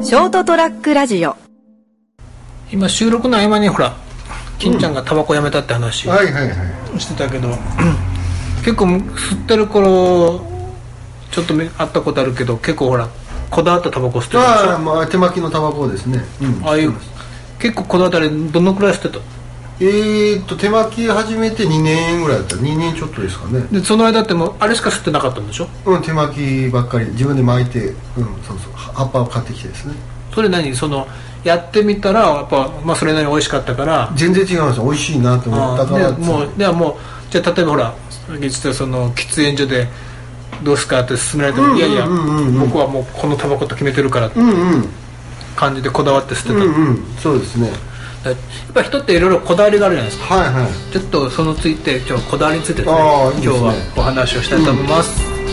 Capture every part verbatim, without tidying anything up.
ショートトラックラジオ。 今収録の合間にほら金ちゃんがタバコやめたって話してたけど、うんはいはいはい、結構吸ってる頃ちょっと会ったことあるけど結構ほらこだわったタバコ吸ってるでしょ。 あ、まあ、手巻きのタバコですね、 うん、ああいう結構こだわったりどのくらい吸ってた？ えーっと手巻き始めてにねんぐらいだった。にねんちょっとですかね。 でその間ってもうあれしか吸ってなかったんでしょ？ うん、手巻きばっかり自分で巻いて、うん、そうそう葉っぱを買ってきてですね。 それ何そのやってみたらやっぱ、まあ、それなりに美味しかったから全然違うんですよ。美味しいなと思ったから。 でもうではもうじゃあ例えばほら実はその喫煙所でどうすかって勧められても、うんうん、いやいや、うんうん、僕はもうこのタバコと決めてるからって感じでこだわって吸ってた、 うんうん、そうですね。 やっぱ人っていろいろこだわりがあるじゃないですか、 はいはい、 ちょっとそのついて今日こだわりについてですね、いいですね、今日はお話をしたいと思います、うん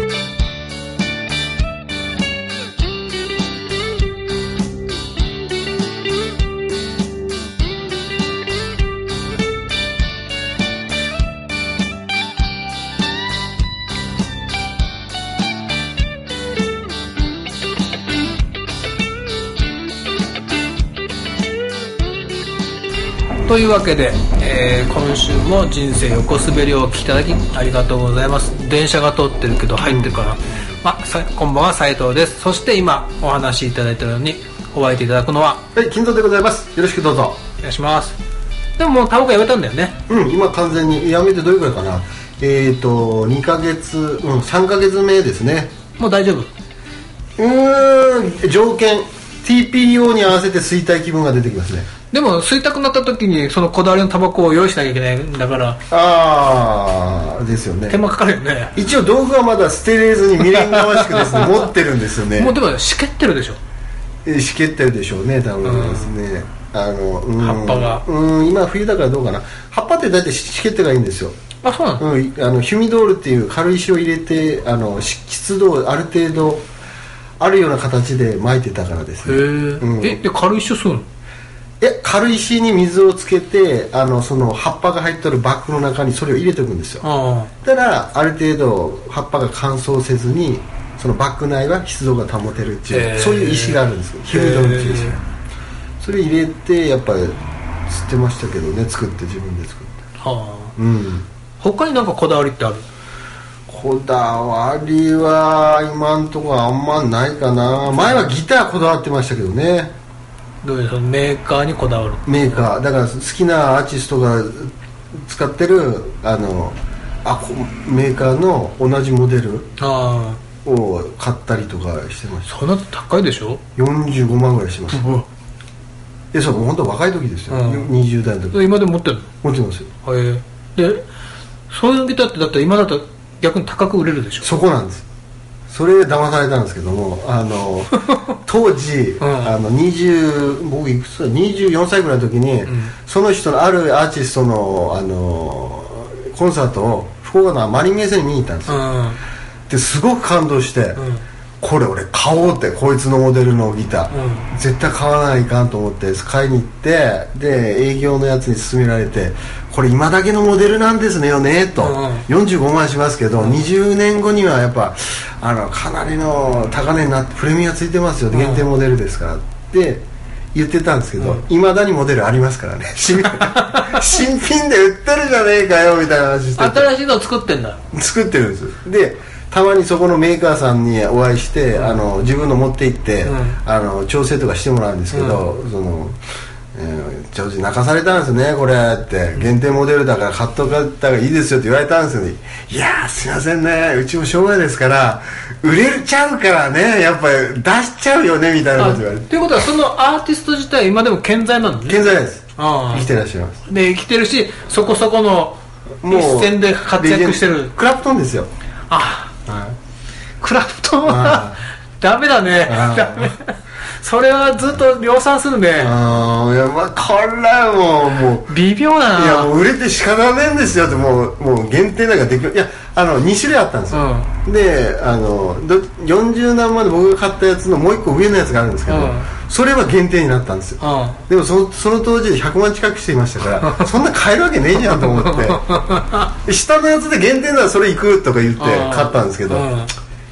というわけで、えー、今週も人生横滑りをお聞きいただきありがとうございます。電車が通ってるけど入ってるから、まあ、さこんばんは斉藤です。そして今お話しいただいたようにお相手いただくのははい金蔵でございます。よろしくどうぞお願いします。でももうタバコやめたんだよね？ うん今完全にやめてどれくらいかな、えーとにかげつ、うん、さんかげつめですね。 もう大丈夫？ うーん条件 ティーピーオー に合わせて吸いたい気分が出てきますね。 でも吸いたくなった時にそのこだわりのタバコを用意しなきゃいけないんだから。 ああですよね。 手間かかるよね。 一応道具はまだ捨てれずに未練がましくですね持ってるんですよね。 もうでもしけってるでしょ。 えしけってるでしょうね多分ですね、うん、あのうん葉っぱがうん今冬だからどうかな。葉っぱって大体しけってがいいんですよ。 あそうなの、 うん、あのヒュミドールっていう軽石を入れてあの湿度をある程度あるような形で巻いてたからですね。 へー、うん、えで軽石を吸うの？ え軽石に水をつけてあのその葉っぱが入ってるバッグの中にそれを入れておくんですよ。あたらある程度葉っぱが乾燥せずにそのバッグ内は湿度が保てるっていう、そういう石があるんですよ。ヒュミドールっていう石がそれ入れてやっぱり吸ってましたけどね。作って自分で作って、はあうん、 他になんかこだわりってある？ こだわりは今んとこあんまないかな。前はギターこだわってましたけどね。 どういうそのメーカーにこだわる？ メーカーだから好きなアーティストが使ってるあのあこメーカーの同じモデルを買ったりとかしてました。 そんな高いでしょ？ よんじゅうごまんぐらいします、うん、でそう本当若い時ですよ、うん、にじゅう代の時。 今でも持ってるの？ 持ってますよ。 へえ。でそういうギターってだって今だと逆に高く売れるでしょ？ そこなんです。それで騙されたんですけどもあの当時、うん、あのにじゅう僕いくつだにじゅうよんさいぐらいの時に、うん、その人のあるアーティストの、あのコンサートを福岡のマリンゲーセンに見に行ったんですよ、うん、ですごく感動して、うん、これ俺買おうってこいつのモデルのギター、うん、絶対買わないかんと思って買いに行ってで営業のやつに勧められてこれ今だけのモデルなんですねよねと、うん、よんじゅうごまんしますけど、うん、にじゅうねんごにはやっぱあのかなりの高値になってプレミアついてますよ、うん、限定モデルですからって言ってたんですけどいま、うん、だにモデルありますからね新品で売ってるじゃねえかよみたいな話してて新しいのを作ってんだ。 作ってるんですでたまにそこのメーカーさんにお会いして、うん、あの自分の持って行って、うん、あの調整とかしてもらうんですけど、うん、そのえー、長寿泣かされたんですねこれって限定モデルだから買っとかった方がいいですよって言われたんですよね。いやーすいませんねうちも商売ですから売れちゃうからねやっぱり出しちゃうよねみたいなこと言われて。 ということはそのアーティスト自体今でも健在なんですね。 健在です。あ生きてらっしゃいます。 で生きてるしそこそこの一線で活躍してる。 クラプトンですよ。 ああ、はい、クラプトンはダメだね。ダメそれはずっと量産するね。 ああいやまあこれはもうもう微妙だな。 いやもう売れて仕方ねえんですよってもうもう限定なんかできる。いやあのに種類あったんですよ、うん、であのよんじゅうなんまんで僕が買ったやつのもう一個上のやつがあるんですけど、うん、それは限定になったんですよ、うん、でも そ, その当時でひゃくまん近くしていましたからそんな買えるわけねえじゃんと思って下のやつで限定ならそれ行くとか言って買ったんですけど、うん、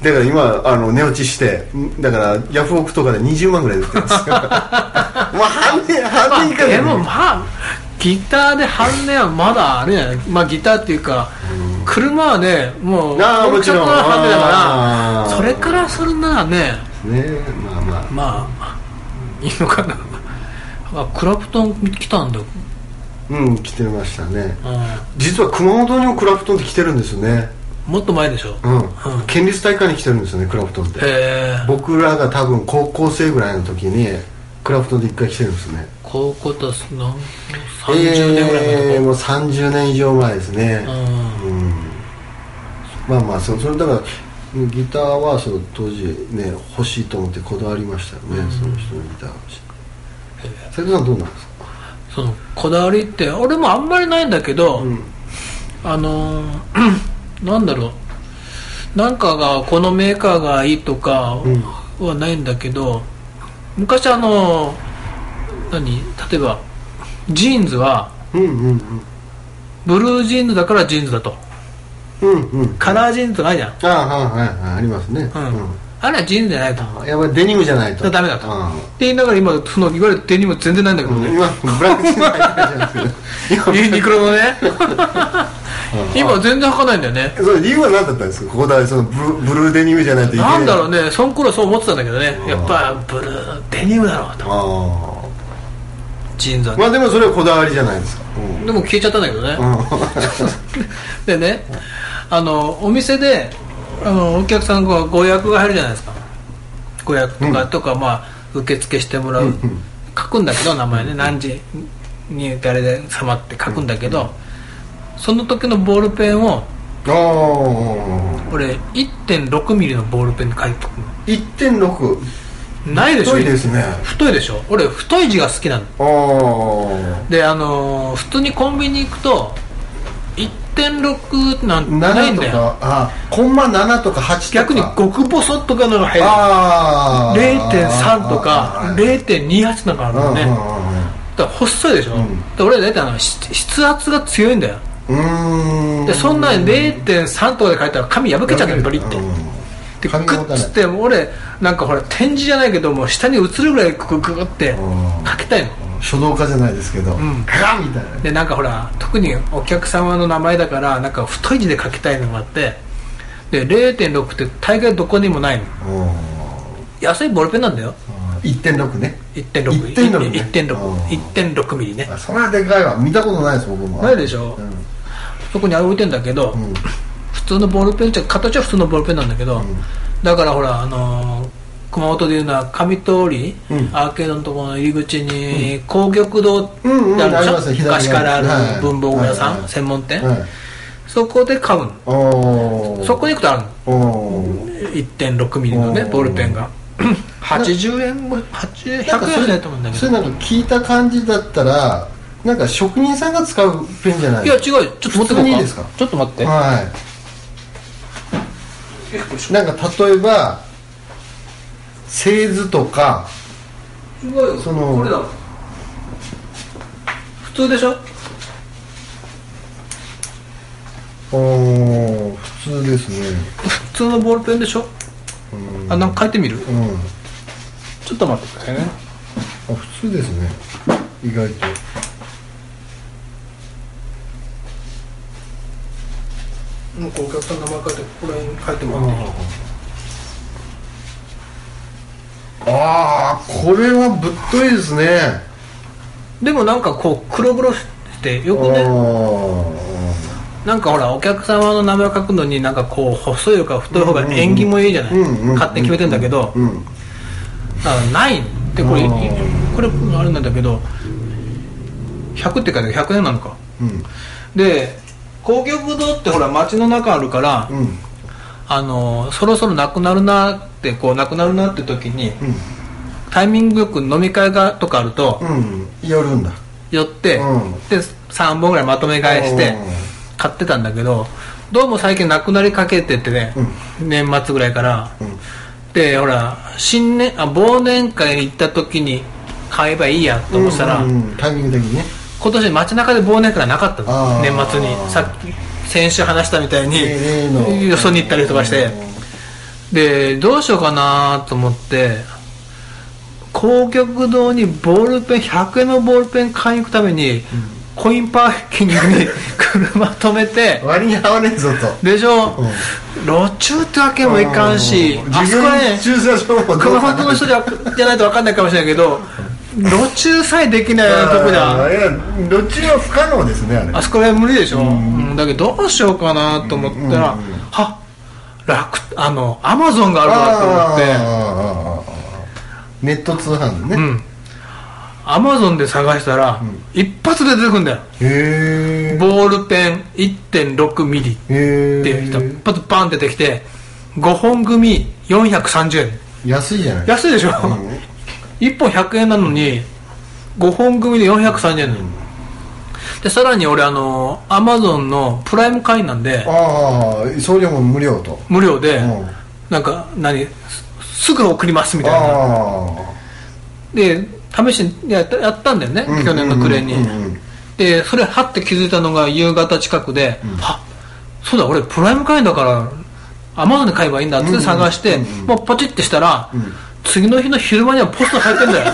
だから今あの値落ちしてだからヤフオクとかでにじゅうまんぐらいで売ってるんですよまあ半値半値以下でもまあギターで半値はまだあれじゃない、まあギターっていうか、うん、車はねもうあもちろん半値だからそれからするならねねまあまあまあいいのかなあクラプトン来たんだうん来てましたね、うん、実は熊本にもクラプトンって来てるんですよねもっと前でしょ、 うんうん、県立大会に来てるんですよねクラプトンってへ僕らが多分高校生ぐらいの時にクラプトンで一回来てるんですね高校とすのさんじゅうねんぐらい前、 えー、もうさんじゅうねん以上前ですね、うんうん、まあまあそれだからギターはその当時ね欲しいと思ってこだわりましたよね、うん、その人のギター欲しい斉藤さんどうなんですかそのこだわりって俺もあんまりないんだけど、うん、あのなんだろうなんかがこのメーカーがいいとかはないんだけど、うん、昔あの何例えばジーンズは、うんうんうん、ブルージーンズだからジーンズだと、うんうん、カラージーンズとかないじゃんああ、はいはい、ありますね、うんうん、 あれはジーンズじゃないとやっぱりデニムじゃないとダメだとって言いながら今そのいわゆるデニム全然ないんだけどね、うん、今ブラックジーンズ入ってるじゃないですかユニクロのね今全然履かないんだよねそれ理由は何だったんですかここだそのブルブルーデニムじゃないといけないなんだろうねその頃そう思ってたんだけどねやっぱブルーデニムだろうとあジーンズは、ね、 まあでもそれはこだわりじゃないですか、 うん、でも消えちゃったんだけどね、うん、でねあのお店であのお客さんがご予約が入るじゃないですかご予約とか、うん、とかまあ受付してもらう、うんうん、書くんだけど名前ね、うん、何時に誰で様って書くんだけど、うんうん、その時のボールペンを俺 いってんろくミリのボールペンで書いておくのいってんろくないでしょ太いですね太いでしょ俺太い字が好きなのであのー、普通にコンビニ行くと いってんろく なんてないんだよあコンマななとかはちとか逆に極細とかのが入る れいてんさん とか れいてんにじゅうはち なんかあるのねだから細いでしょ、うん、で俺大体あの筆圧が強いんだようーんでそんなに れいてんさん とかで書いたら紙破けちゃうんだよバリってでグッつって俺なんかほら展示じゃないけども下に映るぐらいグググって書きたいの書道家じゃないですけど、うん、ガンみたいなでなんかほら特にお客様の名前だからなんか太い字で書きたいのがあってで れいてんろく って大概どこにもないの安いボールペンなんだよいってんろく ねいってんろく いってんろく いってんろく いってんろく ミリねそんなでかいわ見たことないです僕もないでしょ、うん、そこに置いてんだけど、うん、普通のボールペンじゃ形は普通のボールペンなんだけど、うん、だからほらあのー、熊本でいうのは上通り、うん、アーケードのところの入り口に紅玉堂ってあるでしょ、うんうん、昔からある文房具屋さん、はいはい、専門店、はい、そこで買うのそこに行くとあるの いってんろく ミリのねボールペンがはちじゅうえんもはちじゅうえんひゃくえんしないと思うんだけどそれなんか聞いた感じだったらなんか職人さんが使うペンじゃないいや違うちょっと持ってこうかいいですかちょっと待ってはいなんか例えば製図とか違うよそのこれだ普通でしょお普通ですね普通のボールペンでしょあなんか書いてみる、うん、ちょっと待ってくださいねあ普通ですね意外ともうお客さんの名前書いてこれに書いてもらっていいああこれはぶっといですねでもなんかこう黒々してよくねなんかほらお客様の名前を書くのになんかこう細いとか太い方が縁起もいいじゃない、うんうん、勝手に決めてんだけど、うんうん、あないってこれこれあれなんだけどひゃくって書いてあるひゃくえんなのか、うん、で紅玉堂ってほら街の中あるから、うん、あのそろそろなくなるなってこうなくなるなって時に、うん、タイミングよく飲み会がとかあると、 うん、寄るんだ寄って、うん、でさんぼんぐらいまとめ買いして買ってたんだけどどうも最近なくなりかけててね、うん、年末ぐらいから、うん、でほら新年あ忘年会に行った時に買えばいいやと思ったら、うんうんうん、 タイミング的にね今年街中で忘年会なかったの年末にさっき先週話したみたいによそに行ったりとかしてでどうしようかなと思って広極堂にボールペンひゃくえんのボールペン買いに行くために、うん、コインパーキングに車止めて割に合わねえぞとでしょ、うん、路中ってわけもいかんし、うん、あそこはね熊本の人じゃないと分かんないかもしれないけど路中さえできないとこじゃん。 いや路中は不可能ですねあれ。 あそこら辺無理でしょ、うんうん、だけどどうしようかなと思ったら、うんうん、は楽あのアマゾンがあるなと思ってネット通販でね、うん、 アマゾンで探したら、うん、一発で出てくるんだよ。 へーボールペン いってんろくミリっていう人一発バンって出てきてごほん組よんひゃくさんじゅうえん。 安いじゃない安いでしょ、うんいっぽんひゃくえんなのにごほん組でよんひゃくさんじゅうえん、うん、でさらに俺あのアマゾンのプライム会員なんでああ送料も無料と無料で、うん、なんか何すぐ送りますみたいなで試しにやったやったんだよね、うん、去年の暮れに、うんうん、でそれはって気づいたのが夕方近くで、うん、はそうだ俺プライム会員だからアマゾンで買えばいいんだって探して、うんうんうん、もうポチってしたら、うん次の日の昼間にはポスト入ってんだよ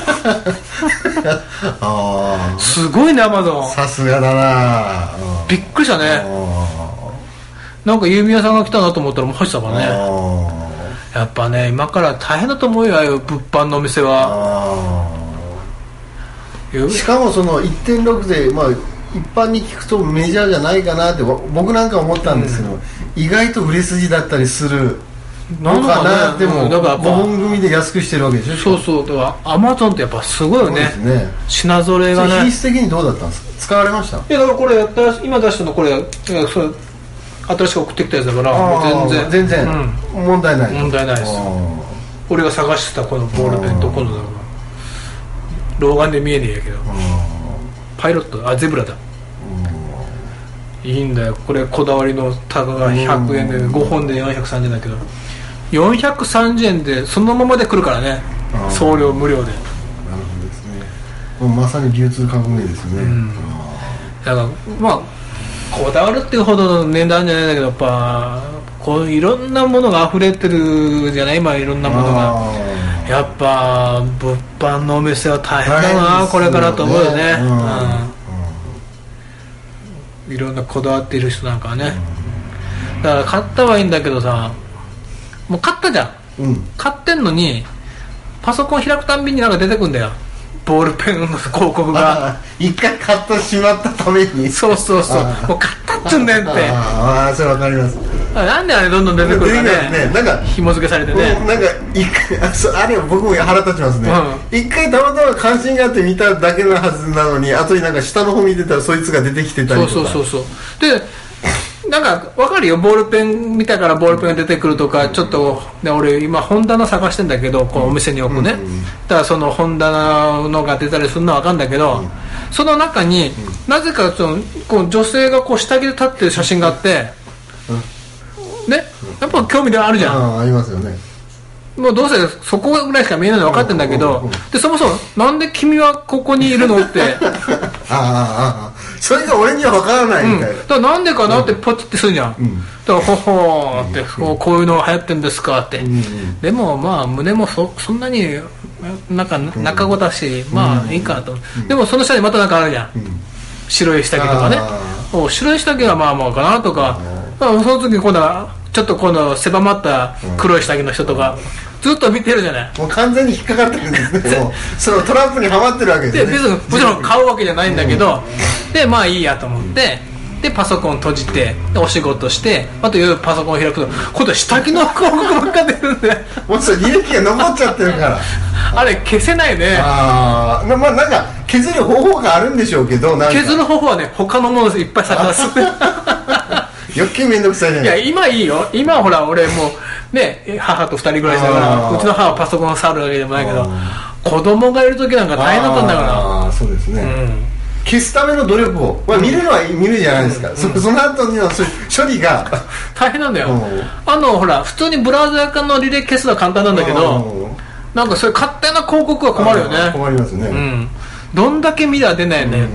あすごいねアマゾンさすがだなびっくりしたねなんか郵便屋さんが来たなと思ったらもう入ってたからねやっぱね今から大変だと思うよああいう物販のお店はしかもその いってんろく でまあ一般に聞くとメジャーじゃないかなって僕なんか思ったんですけど、うん、意外と売れ筋だったりするなんかな、でもだからごほん組で安くしてるわけでしょ。 そうそうだからアマゾンってやっぱすごいよね。 そうですね。 品揃えがね。 品質的にどうだったんですか。使われました。 いやだからこれ今出したのこれそれ新しく送ってきたやつだからもう全然全然、うん、問題ない。 問題ないです。俺が探してたこのボールペンどこのだろうな。老眼で見えねえやけど。パイロットあゼブラだ。いいんだよこれこだわりのタガがひゃくえんでごほんでよんひゃくさんじゅうえんだけど。よんひゃくさんじゅうえんでそのままで来るからね送料無料で。なるほどですね。もうまさに流通革命ですね、うん、 だからまあこだわるっていうほどの値段じゃないんだけどやっぱこういろんなものが溢れてるじゃない今いろんなものがやっぱ物販のお店は大変だな、ね、これからと思うよね、うんうん、いろんなこだわっている人なんかはね、うん、だから買ったはいいんだけどさもう買ったじゃん、うん、買ってんのにパソコン開くたんびになんか出てくんだよボールペンの広告が一回買ってしまったためにそうそうそうもう買ったっつうんだよってああそれわかりますなんであれどんどん出てくるかねねなんか紐付けされてねなんか一回 あ, あれ僕も腹立ちますね、うん、一回たまたま関心があって見ただけのはずなのに後になんか下の方見てたらそいつが出てきてたりとかそうそうそうそうでなんか分かるよボールペン見たからボールペンが出てくるとかちょっと、ね、俺今本棚探してんだけどこのお店に置くね、うんうん、だからその本棚のが出たりするのは分かるんだけど、うん、その中に、うん、なぜかそのこう女性がこう下着で立ってる写真があって、うん、ねやっぱ興味であるじゃんあ, ありますよねもうどうせそこぐらいしか見えないの分かってるんだけど、うんうんうん、でそもそもなんで君はここにいるのってああああそれが俺には分からないみたいな、うん、だからなんでかなってポチってするじゃん、うん、だからほほーって、うん、こういうの流行ってんですかって、うんうん、でもまあ胸も そ, そんなになんか中子だし、うん、まあいいかと、うん、でもその下にまたなんかあるじゃん、うん、白い下着とかねお白い下着はまあまあかなとか、その時に今度はちょっとこの狭まった黒い下着の人とか、ずっと見てるじゃないもう完全に引っかかってるんですねもうそのトラップにはまってるわけですねで別にもちろん買うわけじゃないんだけど、うん、でまあいいやと思って、うん、でパソコン閉じてお仕事してあと夜パソコンを開くと今度は下着の広告ばっか出るんでもうそれ履歴が残っちゃってるからあれ消せないねああまあなんか削る方法があるんでしょうけどなんか削る方法はね他のものいっぱい探す余計めんどくさいじゃないいや今いいよ今ほら俺もうね母とふたりぐらいだからうちの母はパソコンを触るわけでもないけど子供がいる時なんか大変だったんだからああそうですね、うん、消すための努力を、まあ、見るのは見るじゃないですか、うん、そ, その後には処理が大変なんだよあのほら普通にブラウザーの履歴消すのは簡単なんだけどなんかそういう勝手な広告は困るよね困りますね、 うん、どんだけ見りゃ出ないんだよって、うん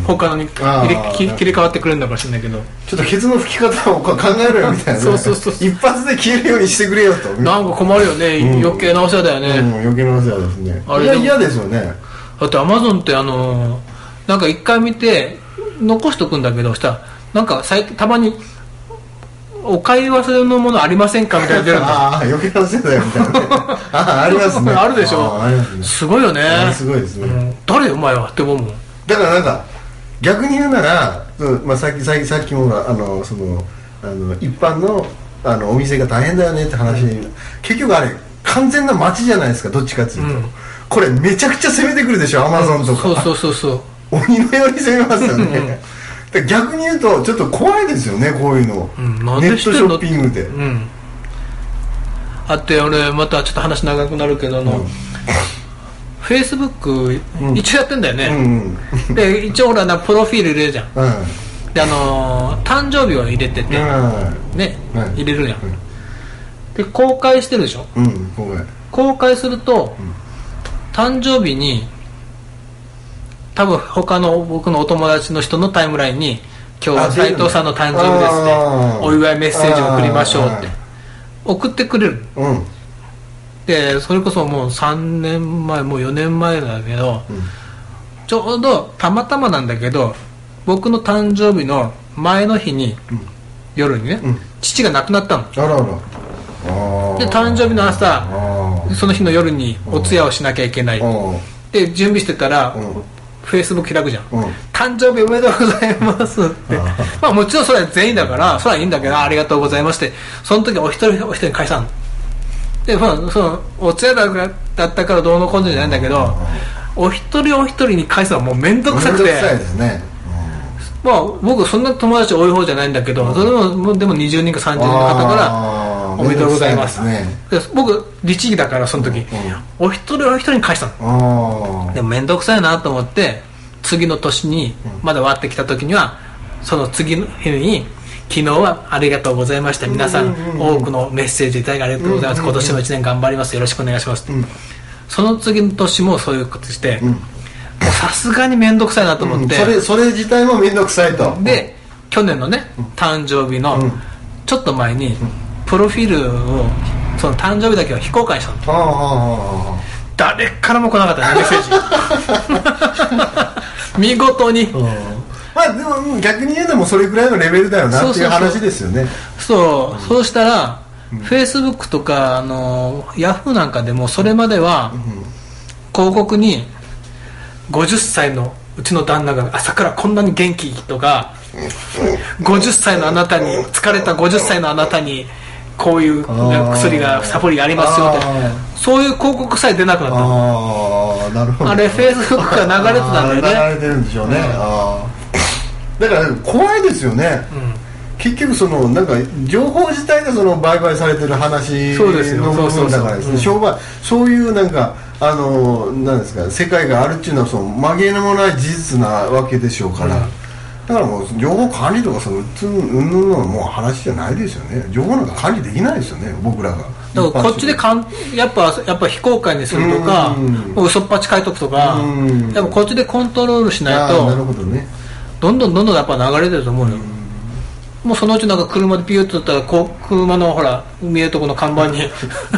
他のに入れ切切り替わってくれるのかもしれないけど、 ちょっとケツの拭き方を考えろよみたいな、ね、 そうそうそう一発で消えるようにしてくれよと。 なんか困るよね、うん、余計なお世話だよね、 うん、余計なお世話ですね。あれいや嫌ですよね。 だってアマゾンってあのなんか一回見て残しとくんだけどしたらなんかたまにお買い忘れのものありませんかみたいな出るんだああ余計なお世話だよみたいな、ね、あありますねあるでしょ。あありますね。すごいよね。 すごいですね、うん、 誰お前はって思うもん。 だからなんか逆に言うなら、まあ、さっきさっきさっきもあのそのあの一般のあのお店が大変だよねって話、うん、結局あれ完全な街じゃないですか、どっちかっていうと、うん、これめちゃくちゃ攻めてくるでしょ、アマゾンとか、 うん、そうそうそうそう鬼のように攻めますよね逆に言うとちょっと怖いですよね、こういうの、うん、なんでネットショッピングで、うん、 あって俺またちょっと話長くなるけどの、うん、フェイスブック一応やってんだよね、うんうん、で一応ほらなプロフィール入れるじゃん、うん、であのー、誕生日を入れてて、うん、ね、うん、入れるじゃん、うん、で公開してるでしょ、うん、公開公開すると、うん、誕生日に多分他の僕のお友達の人のタイムラインに今日は斉藤さんの誕生日ですね、お祝いメッセージを送りましょうって送ってくれる、うん、でそれこそもうさんねんまえもうよねんまえだけど、うん、ちょうどたまたまなんだけど僕の誕生日の前の日に、うん、夜にね、うん、父が亡くなったの。あらあら。あで誕生日の朝その日の夜にお通夜をしなきゃいけないで準備してたら、フェイスブック開くじゃん、うん、誕生日おめでとうございますってまあもちろんそれは全員だからそれはいいんだけど、ありがとうございますってその時お一人お一人に返したので、まあ、そのお通夜だったからどうのこうのじゃないんだけど、お一人お一人に返すのはもう面倒くさくて、面倒くさいですね、うん、まあ僕そんな友達多い方じゃないんだけど、うん、それもでもにじゅうにんかさんじゅうにんの方からおめでとうございます、ね、で僕律儀だからその時、うん、お一人お一人に返したの。でも面倒くさいなと思って次の年にまだ終わってきた時にはその次の日に昨日はありがとうございました、皆さん多くのメッセージいただきありがとうございます、今年もいちねん頑張ります、よろしくお願いします、うん、その次の年もそういうことして、うん、もうさすがに面倒くさいなと思って、うん、それそれ自体も面倒くさいと。 で去年のね誕生日のちょっと前に、プロフィールをその誕生日だけは非公開したの。ああああ誰からも来なかったね、メッセージ見事に。 まあでも逆に言うのもそれぐらいのレベルだよなっていう話ですよね。 そう、うん、そうしたら、うん、フェイスブックとかあのヤフーなんかでもそれまでは、うん、広告にごじゅっさいのうちの旦那が朝からこんなに元気とかごじゅっさいのあなたに疲れたごじゅっさいのあなたにこういう薬がサプリがありますよってそういう広告さえ出なくなった。ああなるほど。あれフェイスブックが流れてたんだよね。 流れてるんでしょうね、うん、あだから怖いですよね、うん、結局そのなんか情報自体がその売買されてる話の部分だからですね、商売そういうなんかあのなんですか世界があるっていうのはその紛れもない事実なわけでしょうから、うんだからもう情報管理とかそのうつうんぬんのもう話じゃないですよね。情報なんか管理できないですよね、僕らが。 だからこっちでかんやっぱやっぱ非公開にするとか、もう嘘っぱち書いとくとか、やっぱこっちでコントロールしないと、 なるほどね。 どんどんどんどんやっぱ流れてると思うよ。うもうそのうちなんか車でピューッとったらこう車のほら見えるとこの看板に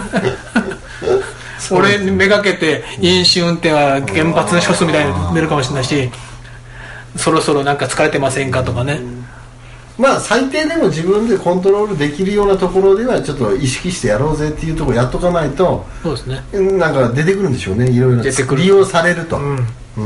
俺にめがけて飲酒運転は厳罰に処すみたいに出るかもしれないし。そろそろなんか疲れてませんかとかね、 まあ最低でも自分でコントロールできるようなところではちょっと意識してやろうぜっていうところやっとかないとそうですねなんか出てくるんでしょうね、いろいろ利用されると、うんうん、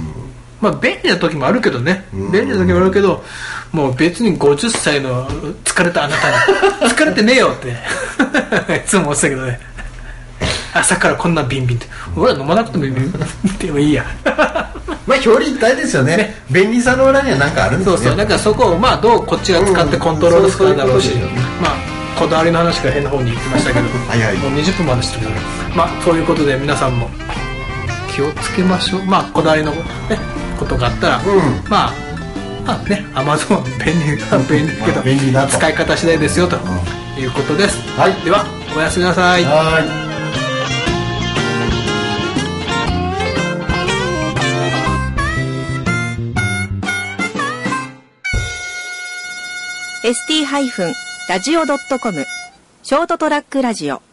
まあ便利な時もあるけどね、うん、便利な時もあるけどもう別にごじゅっさいの疲れたあなたに疲れてねえよっていつも思ってたけどね、朝からこんなビンビンって俺は飲まなくてもいいでもいいやまあ表裏一体ですよ ね, ね便利さの裏には何かあるんですよね。 そうそうだからそこをまあどうこっちが使ってコントロールするかだろうし、まあこだわりの話が変な方に行きましたけどはいはいもうにじゅっぷんまでしてるけどまあそういうことで皆さんも気をつけましょう。まあこだわりの、ね、ことがあったら、うん、まあまあねアマゾン便利便利だけど、便利だと使い方次第ですよということです、はい、ではおやすみなさい。はいエスティー ラジオ ドットコム ショートトラックラジオ